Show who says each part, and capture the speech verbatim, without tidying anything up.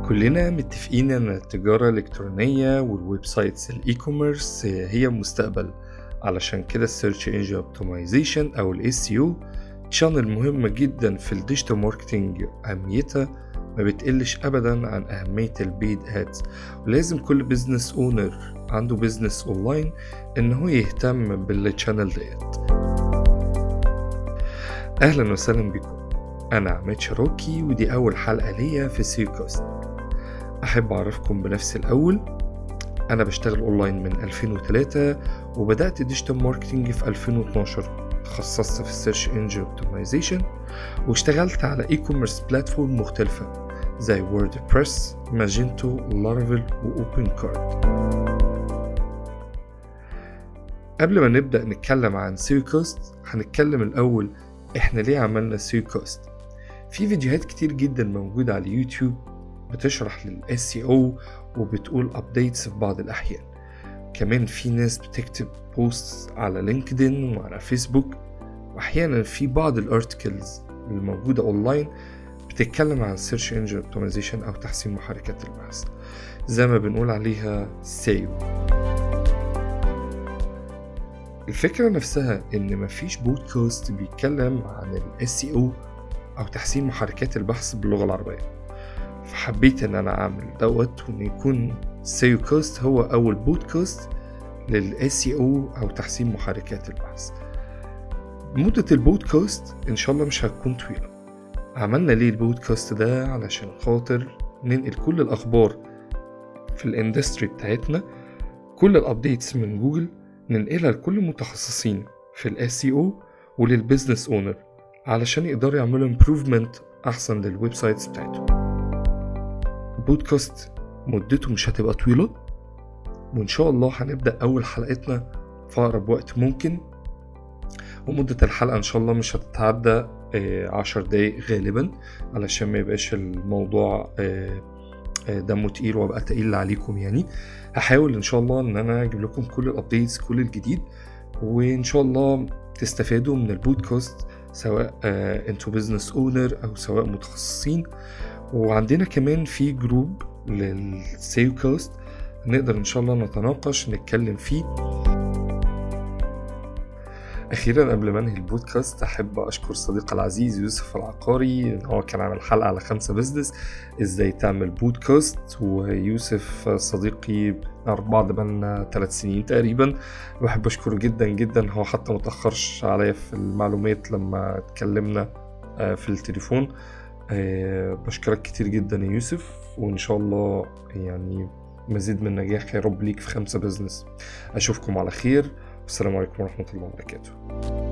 Speaker 1: كلنا متفقين ان التجارة الالكترونية والويب سايتس الاي كوميرس هي المستقبل. علشان كده السيرش انجن اوبتمايزيشن او الاس سي او شانل مهمة جدا في الديجيتال ماركتينج. اهميتها ما بتقلش ابدا عن اهمية البيد ادز، ولازم كل بيزنس اونر عنده بيزنس اونلاين ان هو يهتم بالشانل ديت. اهلا وسهلا بكم، انا عماد شراكي ودي اول حلقة ليا في سيو كاست. أحب أعرفكم بنفسي الأول. أنا بشتغل أونلاين من ألفين وثلاثة وبدأت ديجيتال ماركتينج في ألفين واثناشر. تخصصت في السيرش انجن اوبتمايزيشن واشتغلت على اي كوميرس بلاتفورم مختلفة زي ووردبريس، ماجنتو، لارافيل وأوبن كارد. قبل ما نبدأ نتكلم عن سيو كاست هنتكلم الأول إحنا ليه عملنا سيو كاست. في فيديوهات كتير جدا موجودة على يوتيوب بتشرح للاس سي او وبتقول ابديتس في بعض الاحيان. كمان في ناس بتكتب بوست على لينكدين وعلى فيسبوك، واحيانا في بعض الارتكلز الموجوده اونلاين بتتكلم عن سيرش انجن اوبتمايزيشن او تحسين محركات البحث، زي ما بنقول عليها سيو. الفكره نفسها ان مفيش بودكاست بيتكلم عن الاس سي او او تحسين محركات البحث باللغه العربيه، فحبيت ان انا اعمل دوت وان يكون سيو كاست هو اول بودكاست للاس سي او او تحسين محركات البحث. مدة البودكاست ان شاء الله مش هتكون طويلة. عملنا ليه البودكاست ده؟ علشان خاطر ننقل كل الاخبار في الاندستري بتاعتنا، كل الابديتس من جوجل ننقلها لكل المتخصصين في الاس سي او وللبيزنس اونر علشان يقدروا يعملوا امبروفمنت احسن للويب سايتس بتاعتهم. بودكاست مدته مش هتبقى طويلة، وإن شاء الله هنبدأ أول حلقتنا في أقرب وقت ممكن، ومدة الحلقة إن شاء الله مش هتتعدى عشر دقايق غالبا علشان ما يبقاش الموضوع دمه تقيل وابقى تقيل عليكم. يعني هحاول إن شاء الله إن أنا أجيب لكم كل الأبديتس، كل الجديد، وإن شاء الله تستفادوا من البودكاست سواء انتو بيزنس اونر أو سواء متخصصين. وعندنا كمان في جروب للسيو كاست نقدر ان شاء الله نتناقش نتكلم فيه. اخيرا قبل ما انهي البودكاست احب اشكر صديقي العزيز يوسف العقاري، هو كان عامل حلقة على خمسة بزنس ازاي تعمل بودكاست. ويوسف صديقي نعرف بعض بقالنا ثلاث سنين تقريبا، بحب اشكره جدا جدا. هو حتى متأخرش عليا في المعلومات لما اتكلمنا في التليفون. أه بشكرك كتير جدا يا يوسف، وإن شاء الله يعني مزيد من نجاح يا رب ليك في خمسة بزنس. أشوفكم على خير، والسلام عليكم ورحمة الله وبركاته.